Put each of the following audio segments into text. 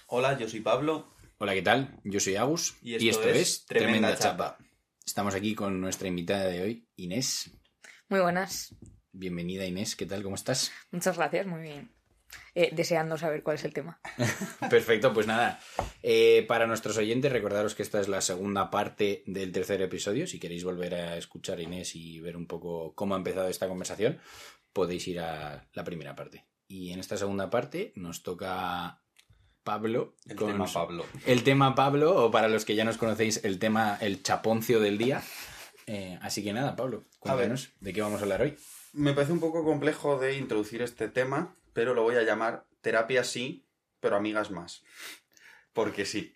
Hola, yo soy Pablo. Hola, ¿qué tal? Yo soy Agus Y esto es Tremenda Chapa. Estamos aquí con nuestra invitada de hoy, Inés. Muy buenas. Bienvenida, Inés. ¿Qué tal? ¿Cómo estás? Muchas gracias, muy bien. Deseando saber cuál es el tema. Perfecto, pues nada. Para nuestros oyentes, recordaros que esta es la segunda parte del tercer episodio. Si queréis volver a escuchar a Inés y ver un poco cómo ha empezado esta conversación, podéis ir a la primera parte. Y en esta segunda parte nos toca Pablo. El tema Pablo, o para los que ya nos conocéis, el tema, el chaponcio del día. Así que nada, Pablo, cuéntanos de qué vamos a hablar hoy. Me parece un poco complejo de introducir este tema, pero lo voy a llamar terapia sí, pero amigas más. Porque sí.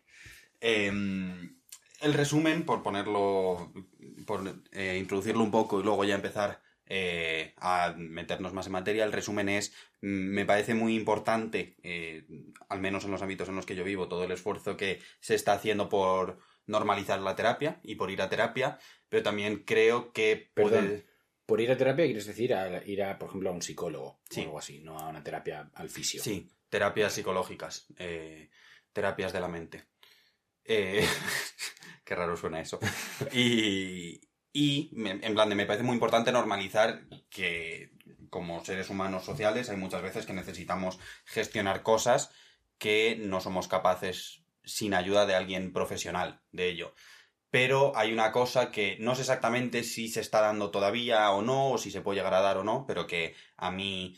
El resumen, por ponerlo, introducirlo un poco y luego ya empezar a meternos más en materia, el resumen es, me parece muy importante, al menos en los ámbitos en los que yo vivo, todo el esfuerzo que se está haciendo por normalizar la terapia y por ir a terapia, pero también creo que Por ir a terapia quieres decir ir a, por ejemplo, a un psicólogo sí. o algo así, no a una terapia al fisio. Sí, terapias psicológicas, terapias de la mente. Qué raro suena eso. Y en plan, me parece muy importante normalizar que como seres humanos sociales hay muchas veces que necesitamos gestionar cosas que no somos capaces sin ayuda de alguien profesional de ello. Pero hay una cosa que no sé exactamente si se está dando todavía o no, o si se puede llegar a dar o no, pero que a mí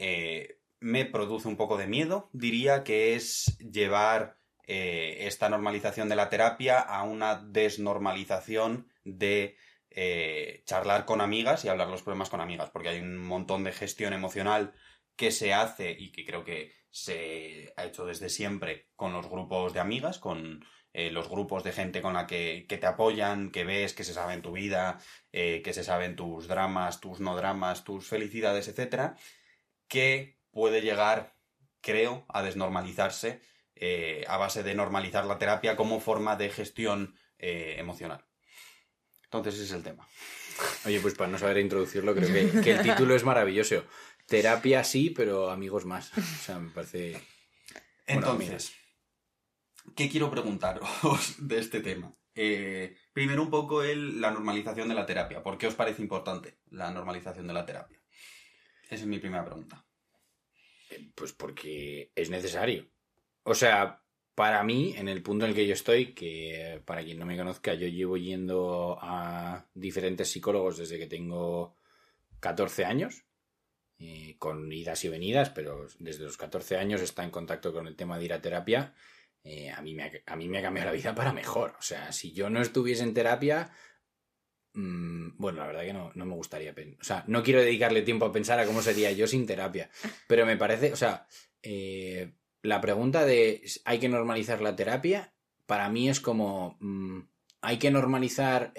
me produce un poco de miedo, diría, que es llevar esta normalización de la terapia a una desnormalización de charlar con amigas y hablar los problemas con amigas, porque hay un montón de gestión emocional que se hace y que creo que se ha hecho desde siempre con los grupos de amigas, con los grupos de gente con la que te apoyan, que ves, que se sabe en tu vida, que se saben tus dramas, tus no dramas, tus felicidades, etcétera, que puede llegar, creo, a desnormalizarse a base de normalizar la terapia como forma de gestión emocional. Entonces ese es el tema. Oye, pues para no saber introducirlo, creo que el título es maravilloso. Terapia sí, pero amigos más. O sea, me parece... Entonces, ¿qué quiero preguntaros de este tema? Primero un poco la normalización de la terapia. ¿Por qué os parece importante la normalización de la terapia? Esa es mi primera pregunta. Pues porque es necesario. O sea, para mí, en el punto en el que yo estoy, que para quien no me conozca, yo llevo yendo a diferentes psicólogos desde que tengo 14 años, con idas y venidas, pero desde los 14 años está en contacto con el tema de ir a terapia. A mí me ha cambiado la vida para mejor. O sea, si yo no estuviese en terapia, bueno, la verdad que no me gustaría. O sea, no quiero dedicarle tiempo a pensar a cómo sería yo sin terapia. Pero me parece, o sea, la pregunta de ¿hay que normalizar la terapia? Para mí es como, ¿hay que normalizar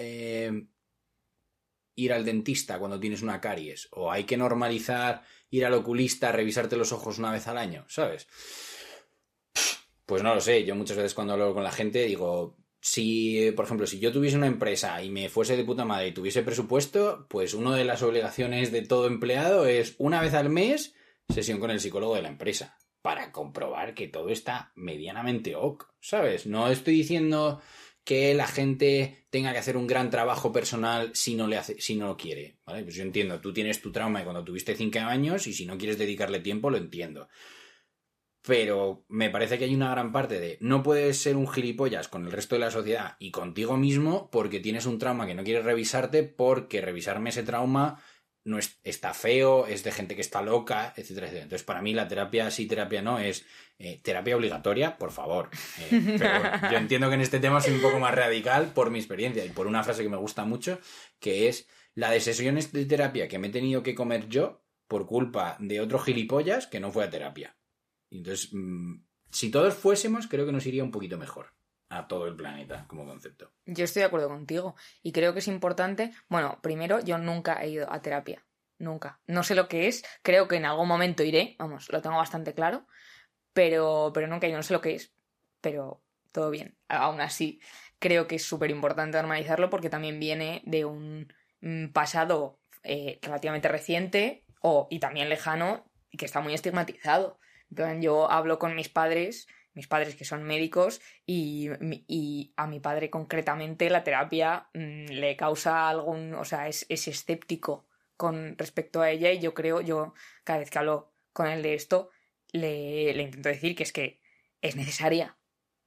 ir al dentista cuando tienes una caries? ¿O hay que normalizar ir al oculista a revisarte los ojos una vez al año? ¿Sabes? Pues no lo sé. Yo muchas veces cuando hablo con la gente digo, si, por ejemplo, si yo tuviese una empresa y me fuese de puta madre y tuviese presupuesto, pues una de las obligaciones de todo empleado es una vez al mes sesión con el psicólogo de la empresa para comprobar que todo está medianamente ok, ¿sabes? No estoy diciendo que la gente tenga que hacer un gran trabajo personal si no lo quiere, ¿vale? Pues yo entiendo, tú tienes tu trauma de cuando tuviste 5 años y si no quieres dedicarle tiempo, lo entiendo. Pero me parece que hay una gran parte de no puedes ser un gilipollas con el resto de la sociedad y contigo mismo porque tienes un trauma que no quieres revisarte, porque revisarme ese trauma no está feo, es de gente que está loca, etcétera, etcétera. Entonces, para mí la terapia sí, terapia no, es terapia obligatoria, por favor. Pero bueno, yo entiendo que en este tema soy un poco más radical por mi experiencia y por una frase que me gusta mucho, que es la de sesiones de terapia que me he tenido que comer yo por culpa de otro gilipollas que no fue a terapia. Entonces, si todos fuésemos, creo que nos iría un poquito mejor a todo el planeta como concepto. Yo estoy de acuerdo contigo y creo que es importante. Bueno, primero, yo nunca he ido a terapia. Nunca. No sé lo que es. Creo que en algún momento iré. Vamos, lo tengo bastante claro. Pero nunca he ido. No sé lo que es. Pero todo bien. Aún así, creo que es súper importante normalizarlo porque también viene de un pasado relativamente reciente y también lejano y que está muy estigmatizado. Entonces, yo hablo con mis padres mis padres que son médicos y a mi padre concretamente la terapia le causa o sea, es escéptico con respecto a ella y yo cada vez que hablo con él de esto le intento decir que es necesaria.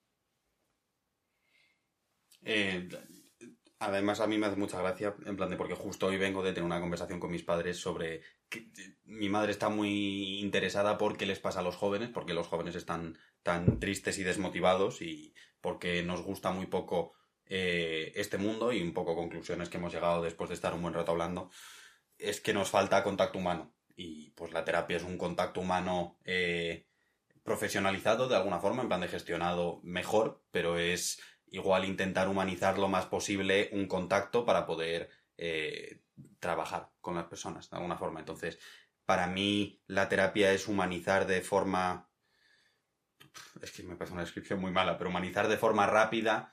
Además, a mí me hace mucha gracia, en plan de porque justo hoy vengo de tener una conversación con mis padres sobre que mi madre está muy interesada por qué les pasa a los jóvenes, porque los jóvenes están tan tristes y desmotivados y porque nos gusta muy poco este mundo y un poco conclusiones que hemos llegado después de estar un buen rato hablando, es que nos falta contacto humano y pues la terapia es un contacto humano profesionalizado de alguna forma, en plan de gestionado mejor, pero es igual intentar humanizar lo más posible un contacto para poder trabajar con las personas de alguna forma. Entonces, para mí la terapia es humanizar de forma... Es que me parece una descripción muy mala, pero humanizar de forma rápida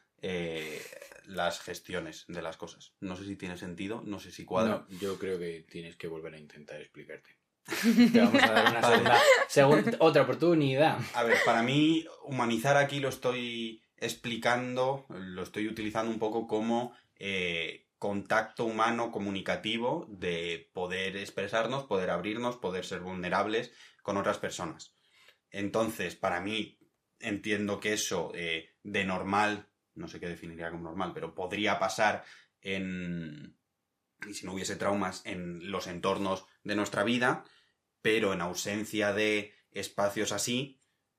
las gestiones de las cosas. No sé si tiene sentido, no sé si cuadra. No, yo creo que tienes que volver a intentar explicarte. Te vamos a dar una otra oportunidad. A ver, para mí humanizar aquí lo estoy explicando, lo estoy utilizando un poco como contacto humano comunicativo de poder expresarnos, poder abrirnos, poder ser vulnerables con otras personas. Entonces, para mí, entiendo que eso de normal, no sé qué definiría como normal, pero podría pasar y si no hubiese traumas, en los entornos de nuestra vida, pero en ausencia de espacios así,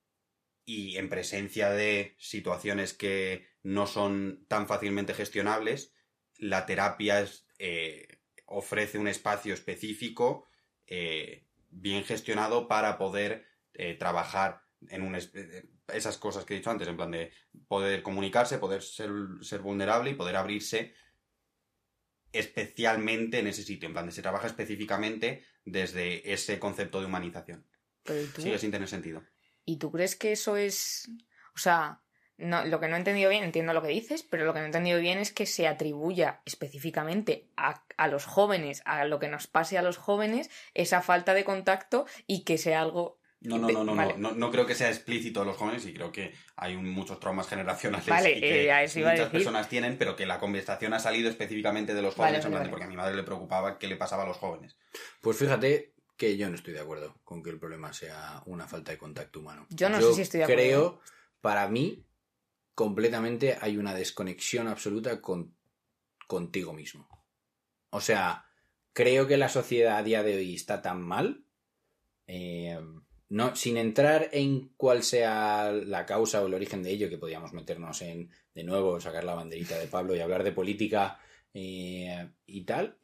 y en presencia de situaciones que no son tan fácilmente gestionables, la terapia ofrece un espacio específico bien gestionado para poder trabajar en esas cosas que he dicho antes, en plan de poder comunicarse, poder ser vulnerable y poder abrirse especialmente en ese sitio, en plan de se trabaja específicamente desde ese concepto de humanización. Sigue sin tener sentido. ¿Y tú crees que eso es...? O sea, no, lo que no he entendido bien, entiendo lo que dices, pero lo que no he entendido bien es que se atribuya específicamente a los jóvenes, a lo que nos pase a los jóvenes, esa falta de contacto y que sea algo... No creo que sea explícito a los jóvenes y creo que hay muchos traumas generacionales y que muchas personas tienen, pero que la conversación ha salido específicamente de los jóvenes, porque a mi madre le preocupaba qué le pasaba a los jóvenes. Pues fíjate que yo no estoy de acuerdo con que el problema sea una falta de contacto humano. Yo no sé si estoy de acuerdo. Creo, para mí, completamente hay una desconexión absoluta contigo mismo. O sea, creo que la sociedad a día de hoy está tan mal, no, sin entrar en cuál sea la causa o el origen de ello, que podíamos meternos en, de nuevo, sacar la banderita de Pablo y hablar de política y tal,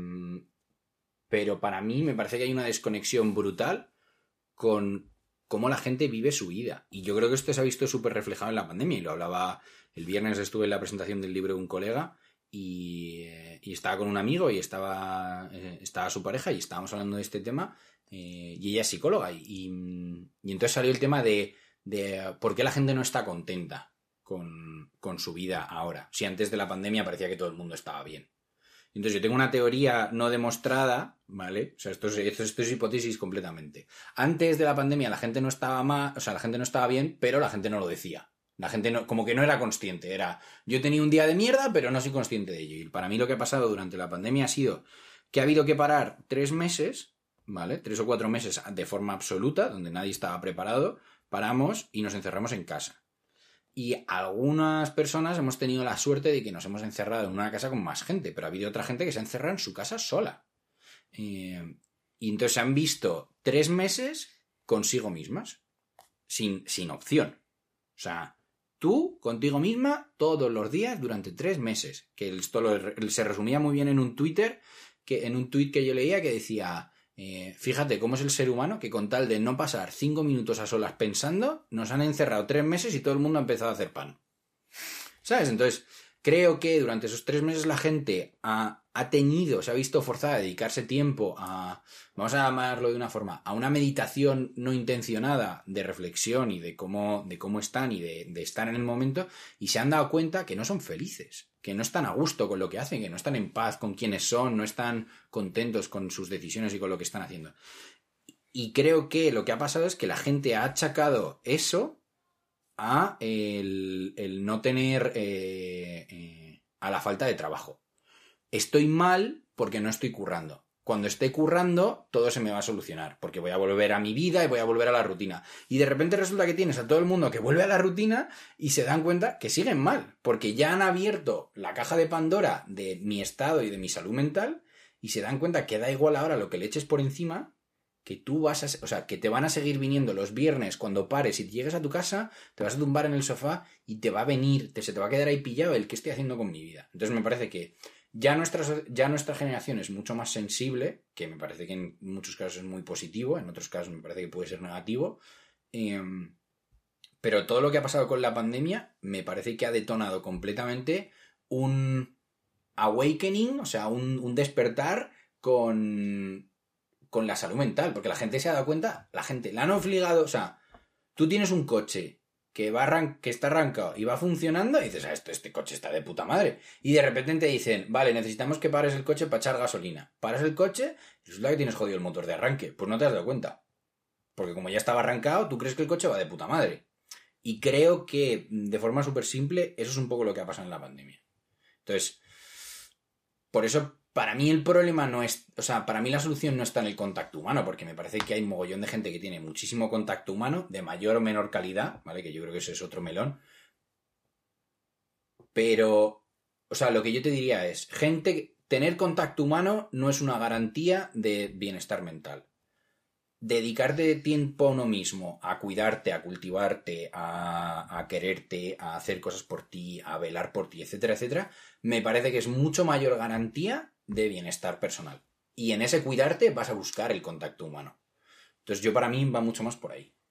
pero para mí me parece que hay una desconexión brutal con cómo la gente vive su vida. Y yo creo que esto se ha visto súper reflejado en la pandemia. Y lo hablaba el viernes, estuve en la presentación del libro de un colega y estaba con un amigo y estaba su pareja y estábamos hablando de este tema y ella es psicóloga. Y entonces salió el tema de por qué la gente no está contenta con su vida ahora. Si antes de la pandemia parecía que todo el mundo estaba bien. Entonces yo tengo una teoría no demostrada, ¿vale? O sea, esto es hipótesis completamente. Antes de la pandemia la gente no estaba mal, o sea, la gente no estaba bien, pero la gente no lo decía. La gente no, como que no era consciente. Era, yo tenía un día de mierda, pero no soy consciente de ello. Y para mí lo que ha pasado durante la pandemia ha sido que ha habido que parar 3 meses, ¿vale? 3 o 4 meses de forma absoluta, donde nadie estaba preparado, paramos y nos encerramos en casa. Y algunas personas hemos tenido la suerte de que nos hemos encerrado en una casa con más gente, pero ha habido otra gente que se ha encerrado en su casa sola. Y entonces se han visto 3 meses consigo mismas, sin opción. O sea, tú contigo misma todos los días durante 3 meses. Que esto se resumía muy bien en un tuit que yo leía que decía... fíjate cómo es el ser humano que con tal de no pasar 5 minutos a solas pensando, nos han encerrado 3 meses y todo el mundo ha empezado a hacer pan. ¿Sabes? Entonces, creo que durante esos 3 meses la gente se ha visto forzada a dedicarse tiempo vamos a llamarlo de una forma, a una meditación no intencionada de reflexión y de cómo están y de estar en el momento, y se han dado cuenta que no son felices, que no están a gusto con lo que hacen, que no están en paz con quienes son, no están contentos con sus decisiones y con lo que están haciendo. Y creo que lo que ha pasado es que la gente ha achacado eso a el no tener a la falta de trabajo. Estoy mal porque no estoy currando. Cuando esté currando, todo se me va a solucionar, porque voy a volver a mi vida y voy a volver a la rutina. Y de repente resulta que tienes a todo el mundo que vuelve a la rutina y se dan cuenta que siguen mal, porque ya han abierto la caja de Pandora de mi estado y de mi salud mental y se dan cuenta que da igual ahora lo que le eches por encima, que tú vas a... O sea, que te van a seguir viniendo los viernes cuando pares y te llegues a tu casa, te vas a tumbar en el sofá y te va a venir, se te va a quedar ahí pillado el qué estoy haciendo con mi vida. Entonces me parece que ya nuestra generación es mucho más sensible, que me parece que en muchos casos es muy positivo, en otros casos me parece que puede ser negativo, pero todo lo que ha pasado con la pandemia me parece que ha detonado completamente un awakening, o sea, un despertar con la salud mental, porque la gente se ha dado cuenta, la gente la han obligado, o sea, tú tienes un coche que está arrancado y va funcionando y dices, este coche está de puta madre. Y de repente te dicen, vale, necesitamos que pares el coche para echar gasolina. Paras el coche y resulta que tienes jodido el motor de arranque. Pues no te has dado cuenta. Porque como ya estaba arrancado, tú crees que el coche va de puta madre. Y creo que, de forma súper simple, eso es un poco lo que ha pasado en la pandemia. Entonces, por eso, para mí el problema no es... O sea, para mí la solución no está en el contacto humano, porque me parece que hay un mogollón de gente que tiene muchísimo contacto humano, de mayor o menor calidad, ¿vale? Que yo creo que ese es otro melón. Pero, o sea, lo que yo te diría es, tener contacto humano no es una garantía de bienestar mental. Dedicarte tiempo a uno mismo, a cuidarte, a cultivarte, a quererte, a hacer cosas por ti, a velar por ti, etcétera, etcétera, me parece que es mucho mayor garantía de bienestar personal. Y en ese cuidarte vas a buscar el contacto humano. Entonces yo para mí va mucho más por ahí.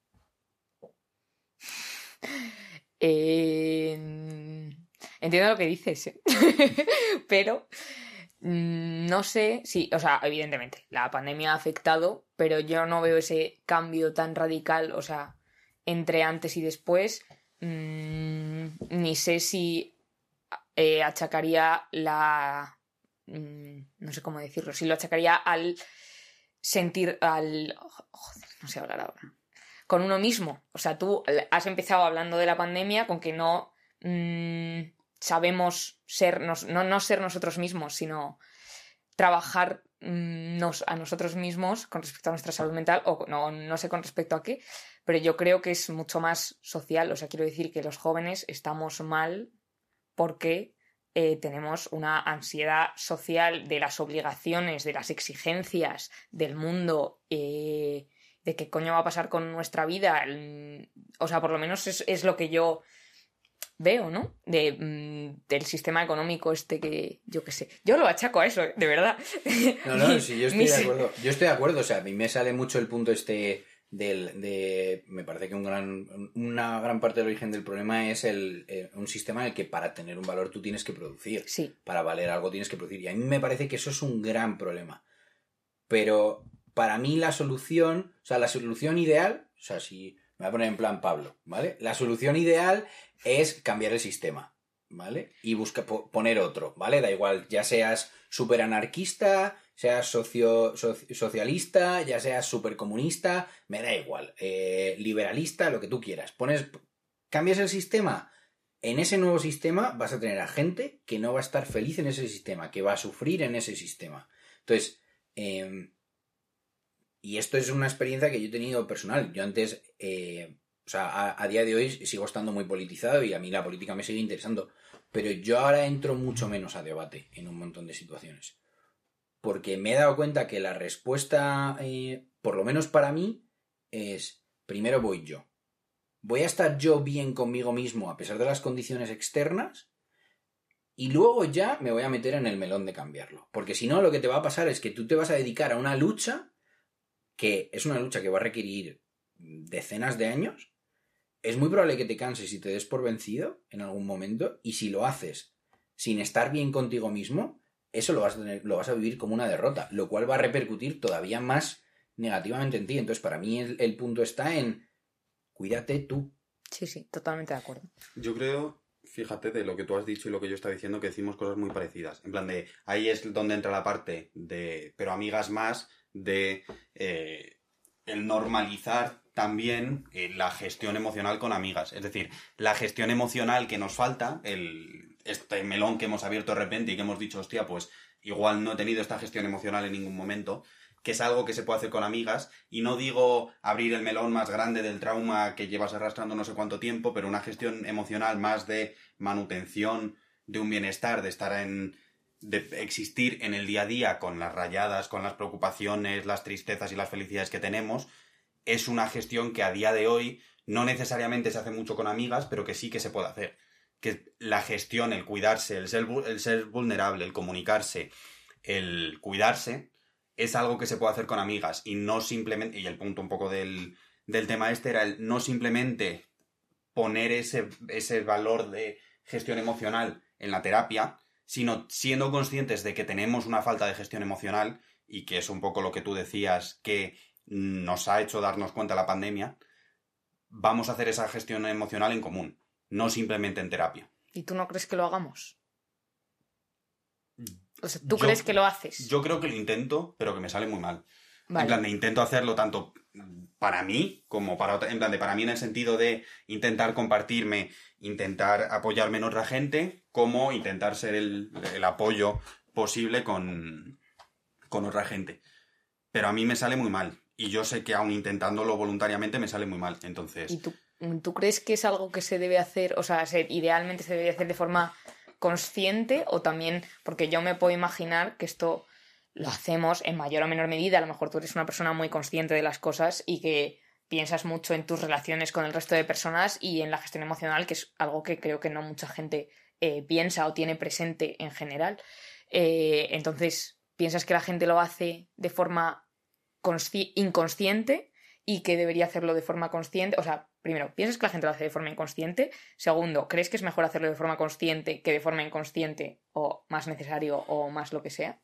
Entiendo lo que dices, pero no sé, sí, o sea, evidentemente, la pandemia ha afectado, pero yo no veo ese cambio tan radical, o sea, entre antes y después, ni sé si achacaría no sé cómo decirlo, si lo achacaría al sentir, joder, no sé hablar ahora, con uno mismo. O sea, tú has empezado hablando de la pandemia con que no sabemos no ser nosotros mismos, sino trabajar a nosotros mismos con respecto a nuestra salud mental, o no sé con respecto a qué, pero yo creo que es mucho más social. O sea, quiero decir que los jóvenes estamos mal porque tenemos una ansiedad social de las obligaciones, de las exigencias del mundo, de qué coño va a pasar con nuestra vida. O sea, por lo menos es lo que yo veo, ¿no? Del sistema económico que, yo qué sé. Yo lo achaco a eso, de verdad. No, sí, yo estoy de acuerdo. Yo estoy de acuerdo, o sea, a mí me sale mucho el punto me parece que una gran parte del origen del problema es un sistema en el que para tener un valor tú tienes que producir. Sí. Para valer algo tienes que producir. Y a mí me parece que eso es un gran problema. Pero para mí la solución ideal, o sea, si me voy a poner en plan Pablo, ¿vale? La solución ideal es cambiar el sistema, ¿vale? Y poner otro, ¿vale? Da igual, ya seas súper anarquista, seas socialista, ya seas súper comunista, me da igual, liberalista, lo que tú quieras. Cambias el sistema. En ese nuevo sistema vas a tener a gente que no va a estar feliz en ese sistema, que va a sufrir en ese sistema. Entonces, y esto es una experiencia que yo he tenido personal. Yo antes, o sea, a día de hoy sigo estando muy politizado y a mí la política me sigue interesando, pero yo ahora entro mucho menos a debate en un montón de situaciones. Porque me he dado cuenta que la respuesta, por lo menos para mí, es primero voy yo. Voy a estar yo bien conmigo mismo a pesar de las condiciones externas y luego ya me voy a meter en el melón de cambiarlo. Porque si no, lo que te va a pasar es que tú te vas a dedicar a una lucha que es una lucha que va a requerir decenas de años. Es muy probable que te canses y te des por vencido en algún momento, y si lo haces sin estar bien contigo mismo, eso lo vas a vivir como una derrota, lo cual va a repercutir todavía más negativamente en ti. Entonces, para mí el punto está en cuídate tú. Sí, totalmente de acuerdo. Yo creo, fíjate, de lo que tú has dicho y lo que yo estaba diciendo, que decimos cosas muy parecidas. En plan de, ahí es donde entra la parte de, pero amigas más, de el normalizar también la gestión emocional con amigas. Es decir, la gestión emocional que nos falta, este melón que hemos abierto de repente y que hemos dicho, hostia, pues igual no he tenido esta gestión emocional en ningún momento, que es algo que se puede hacer con amigas, y no digo abrir el melón más grande del trauma que llevas arrastrando no sé cuánto tiempo, pero una gestión emocional más de manutención, de un bienestar, de existir en el día a día con las rayadas, con las preocupaciones, las tristezas y las felicidades que tenemos, es una gestión que a día de hoy no necesariamente se hace mucho con amigas, pero que sí que se puede hacer. Que la gestión, el cuidarse, el ser vulnerable, el comunicarse, el cuidarse, es algo que se puede hacer con amigas y no simplemente, y el punto un poco del tema este era el no simplemente poner ese valor de gestión emocional en la terapia, sino siendo conscientes de que tenemos una falta de gestión emocional y que es un poco lo que tú decías que nos ha hecho darnos cuenta la pandemia, vamos a hacer esa gestión emocional en común, no simplemente en terapia. ¿Y tú no crees que lo hagamos? O sea, ¿tú crees que lo haces? Yo creo que lo intento, pero que me sale muy mal. Vale. En plan, de intento hacerlo tanto para mí como para otra. En plan, de para mí en el sentido de intentar compartirme, intentar apoyarme en otra gente, como intentar ser el apoyo posible con otra gente. Pero a mí me sale muy mal. Y yo sé que aun intentándolo voluntariamente me sale muy mal. Entonces... ¿Y tú crees que es algo que se debe hacer, o sea, idealmente se debe hacer de forma consciente o también, porque yo me puedo imaginar que esto lo hacemos en mayor o menor medida, a lo mejor tú eres una persona muy consciente de las cosas y que piensas mucho en tus relaciones con el resto de personas y en la gestión emocional, que es algo que creo que no mucha gente piensa o tiene presente en general. Entonces, ¿piensas que la gente lo hace de forma inconsciente y que debería hacerlo de forma consciente? O sea, primero, ¿piensas que la gente lo hace de forma inconsciente? Segundo, ¿crees que es mejor hacerlo de forma consciente que de forma inconsciente o más necesario o más lo que sea?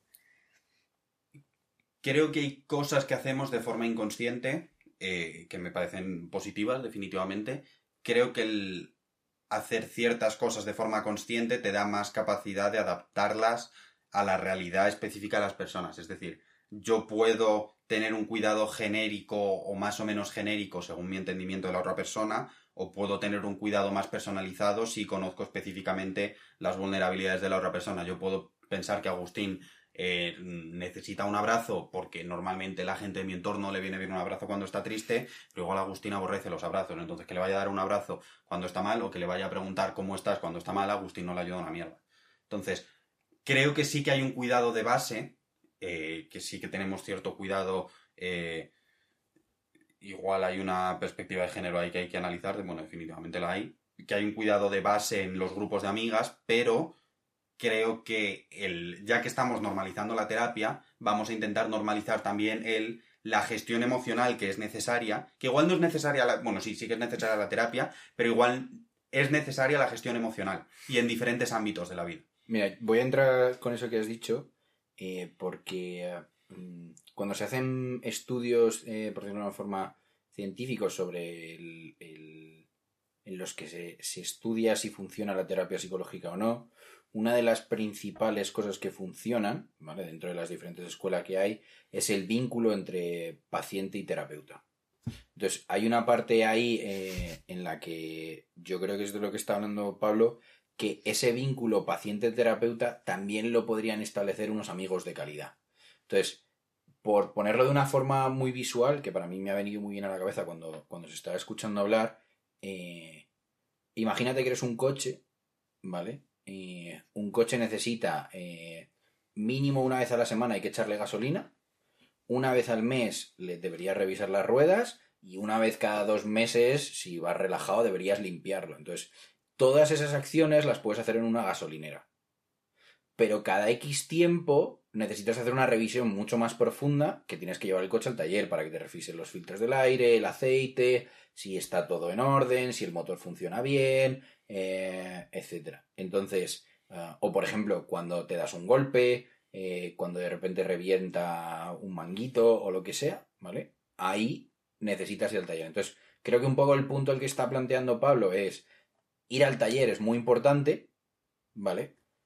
Creo que hay cosas que hacemos de forma inconsciente que me parecen positivas, definitivamente. Creo que el hacer ciertas cosas de forma consciente te da más capacidad de adaptarlas a la realidad específica de las personas. Es decir, yo puedo tener un cuidado genérico o más o menos genérico según mi entendimiento de la otra persona, o puedo tener un cuidado más personalizado si conozco específicamente las vulnerabilidades de la otra persona. Yo puedo pensar que Agustín necesita un abrazo porque normalmente la gente de mi entorno le viene bien un abrazo cuando está triste, pero igual Agustín aborrece los abrazos, entonces que le vaya a dar un abrazo cuando está mal o que le vaya a preguntar cómo estás cuando está mal, Agustín no le ayuda una mierda. Entonces, creo que sí que hay un cuidado de base, que sí que tenemos cierto cuidado, igual hay una perspectiva de género ahí que hay que analizar, bueno, definitivamente la hay, que hay un cuidado de base en los grupos de amigas, pero creo que ya que estamos normalizando la terapia, vamos a intentar normalizar también la gestión emocional que es necesaria, que igual no es necesaria, bueno, sí que es necesaria la terapia, pero igual es necesaria la gestión emocional y en diferentes ámbitos de la vida. Mira, voy a entrar con eso que has dicho, porque cuando se hacen estudios, por decirlo de una forma, científicos sobre en los que se estudia si funciona la terapia psicológica o no, una de las principales cosas que funcionan, ¿vale?, dentro de las diferentes escuelas que hay, es el vínculo entre paciente y terapeuta. Entonces, hay una parte ahí en la que yo creo que es de lo que está hablando Pablo, que ese vínculo paciente-terapeuta también lo podrían establecer unos amigos de calidad. Entonces, por ponerlo de una forma muy visual, que para mí me ha venido muy bien a la cabeza cuando se estaba escuchando hablar, imagínate que eres un coche, ¿vale? Un coche necesita mínimo una vez a la semana hay que echarle gasolina, una vez al mes le deberías revisar las ruedas y una vez cada 2 meses, si vas relajado, deberías limpiarlo. Entonces, todas esas acciones las puedes hacer en una gasolinera. Pero cada X tiempo necesitas hacer una revisión mucho más profunda, que tienes que llevar el coche al taller para que te revisen los filtros del aire, el aceite, si está todo en orden, si el motor funciona bien, etcétera. Entonces, o por ejemplo, cuando te das un golpe, cuando de repente revienta un manguito o lo que sea, ¿vale? Ahí necesitas ir al taller. Entonces, creo que un poco el punto al que está planteando Pablo es ir al taller es muy importante, ¿vale?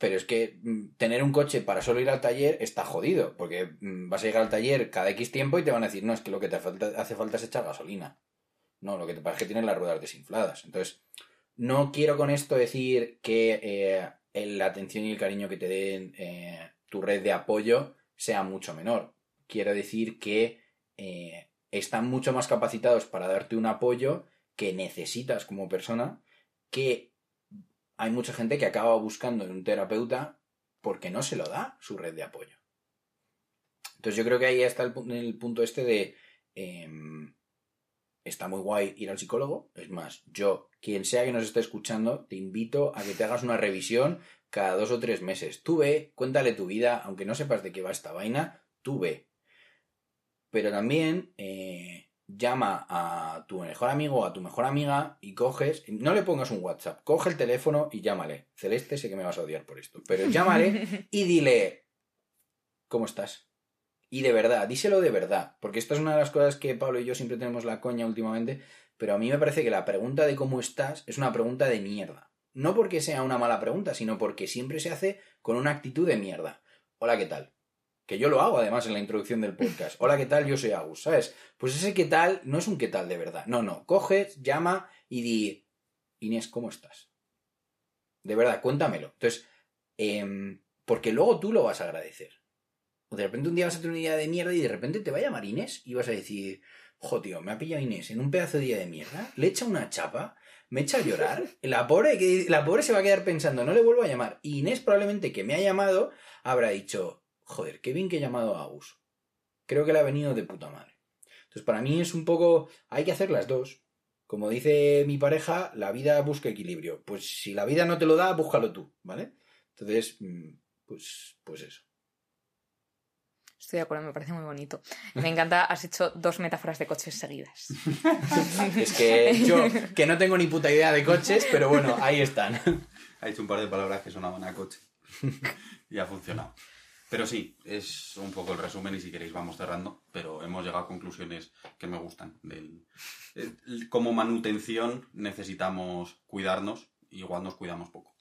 Pero es que tener un coche para solo ir al taller está jodido, porque vas a llegar al taller cada X tiempo y te van a decir, no, es que lo que te hace falta es echar gasolina. No, lo que te pasa es que tienes las ruedas desinfladas. Entonces, no quiero con esto decir que la atención y el cariño que te den tu red de apoyo sea mucho menor. Quiero decir que están mucho más capacitados para darte un apoyo que necesitas como persona, que hay mucha gente que acaba buscando en un terapeuta porque no se lo da su red de apoyo. Entonces yo creo que ahí está el punto este de... está muy guay ir al psicólogo. Es más, yo, quien sea que nos esté escuchando, te invito a que te hagas una revisión cada 2 o 3 meses. Tú ve, cuéntale tu vida, aunque no sepas de qué va esta vaina, tú ve. Pero también llama a tu mejor amigo o a tu mejor amiga y coges, no le pongas un WhatsApp, coge el teléfono y llámale. Celeste, sé que me vas a odiar por esto, pero llámale y dile, ¿cómo estás? Y de verdad, díselo de verdad, porque esta es una de las cosas que Pablo y yo siempre tenemos la coña últimamente, pero a mí me parece que la pregunta de cómo estás es una pregunta de mierda. No porque sea una mala pregunta, sino porque siempre se hace con una actitud de mierda. Hola, ¿qué tal? Que yo lo hago además en la introducción del podcast. Hola, ¿qué tal? Yo soy Agus, ¿sabes? Pues ese qué tal no es un qué tal de verdad. No. Coges, llama y di, Inés, ¿cómo estás? De verdad, cuéntamelo. Entonces, porque luego tú lo vas a agradecer. O de repente un día vas a tener una idea de mierda y de repente te va a llamar Inés y vas a decir, jo, tío, me ha pillado Inés en un pedazo de día de mierda, le echa una chapa, me echa a llorar, la pobre se va a quedar pensando, no le vuelvo a llamar. Y Inés probablemente que me ha llamado habrá dicho, joder, qué bien que he llamado a Agus. Creo que le ha venido de puta madre. Entonces, para mí es un poco... Hay que hacer las dos. Como dice mi pareja, la vida busca equilibrio. Pues si la vida no te lo da, búscalo tú, ¿vale? Entonces, pues eso. Estoy de acuerdo, me parece muy bonito. Me encanta, has hecho 2 metáforas de coches seguidas. Es que yo, que no tengo ni puta idea de coches, pero bueno, ahí están. Ha hecho un par de palabras que sonaban a coche. Y ha funcionado. Pero sí, es un poco el resumen y si queréis vamos cerrando, pero hemos llegado a conclusiones que me gustan. Como manutención necesitamos cuidarnos y igual nos cuidamos poco.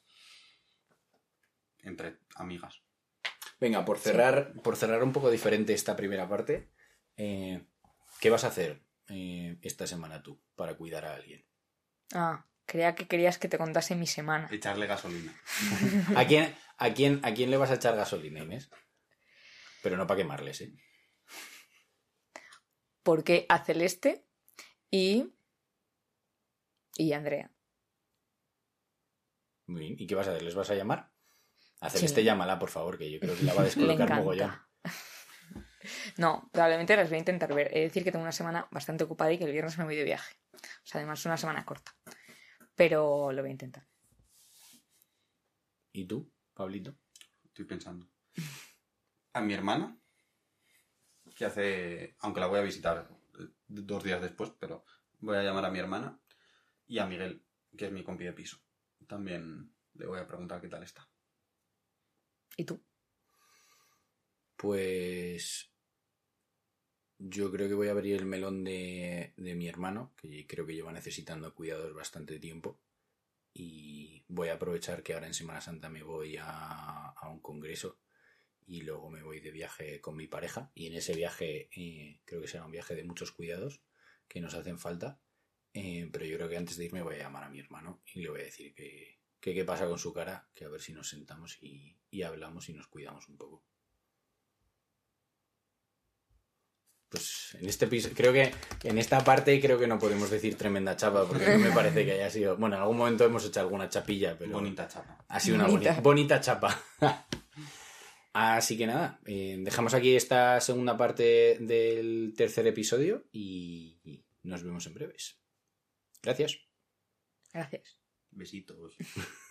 Entre amigas. Venga, por cerrar un poco diferente esta primera parte, ¿qué vas a hacer esta semana tú para cuidar a alguien? Creía que querías que te contase mi semana. Echarle gasolina. ¿A quién le vas a echar gasolina, Inés? Pero no para quemarles, ¿eh? Porque a Celeste y a Andrea. Muy bien. ¿Y qué vas a hacer? ¿Les vas a llamar? A Celeste Sí. Llámala, por favor, que yo creo que la va a descolocar mogollón. No, probablemente las voy a intentar ver. He de decir que tengo una semana bastante ocupada y que el viernes me voy de viaje. O sea, además es una semana corta. Pero lo voy a intentar. ¿Y tú, Pablito? Estoy pensando. A mi hermana, que hace... Aunque la voy a visitar 2 días después, pero voy a llamar a mi hermana. Y a Miguel, que es mi compi de piso. También le voy a preguntar qué tal está. ¿Y tú? Pues yo creo que voy a abrir el melón de mi hermano, que creo que lleva necesitando cuidados bastante tiempo. Y voy a aprovechar que ahora en Semana Santa me voy a un congreso y luego me voy de viaje con mi pareja. Y en ese viaje creo que será un viaje de muchos cuidados que nos hacen falta. Pero yo creo que antes de irme voy a llamar a mi hermano y le voy a decir que qué pasa con su cara, que a ver si nos sentamos y hablamos y nos cuidamos un poco. Pues en este piso, creo que en esta parte creo que no podemos decir tremenda chapa, porque no me parece que haya sido... Bueno, en algún momento hemos hecho alguna chapilla, pero... Bonita chapa. Ha sido una bonita chapa. Así que nada, dejamos aquí esta segunda parte del tercer episodio y nos vemos en breves. Gracias. Gracias. Besitos.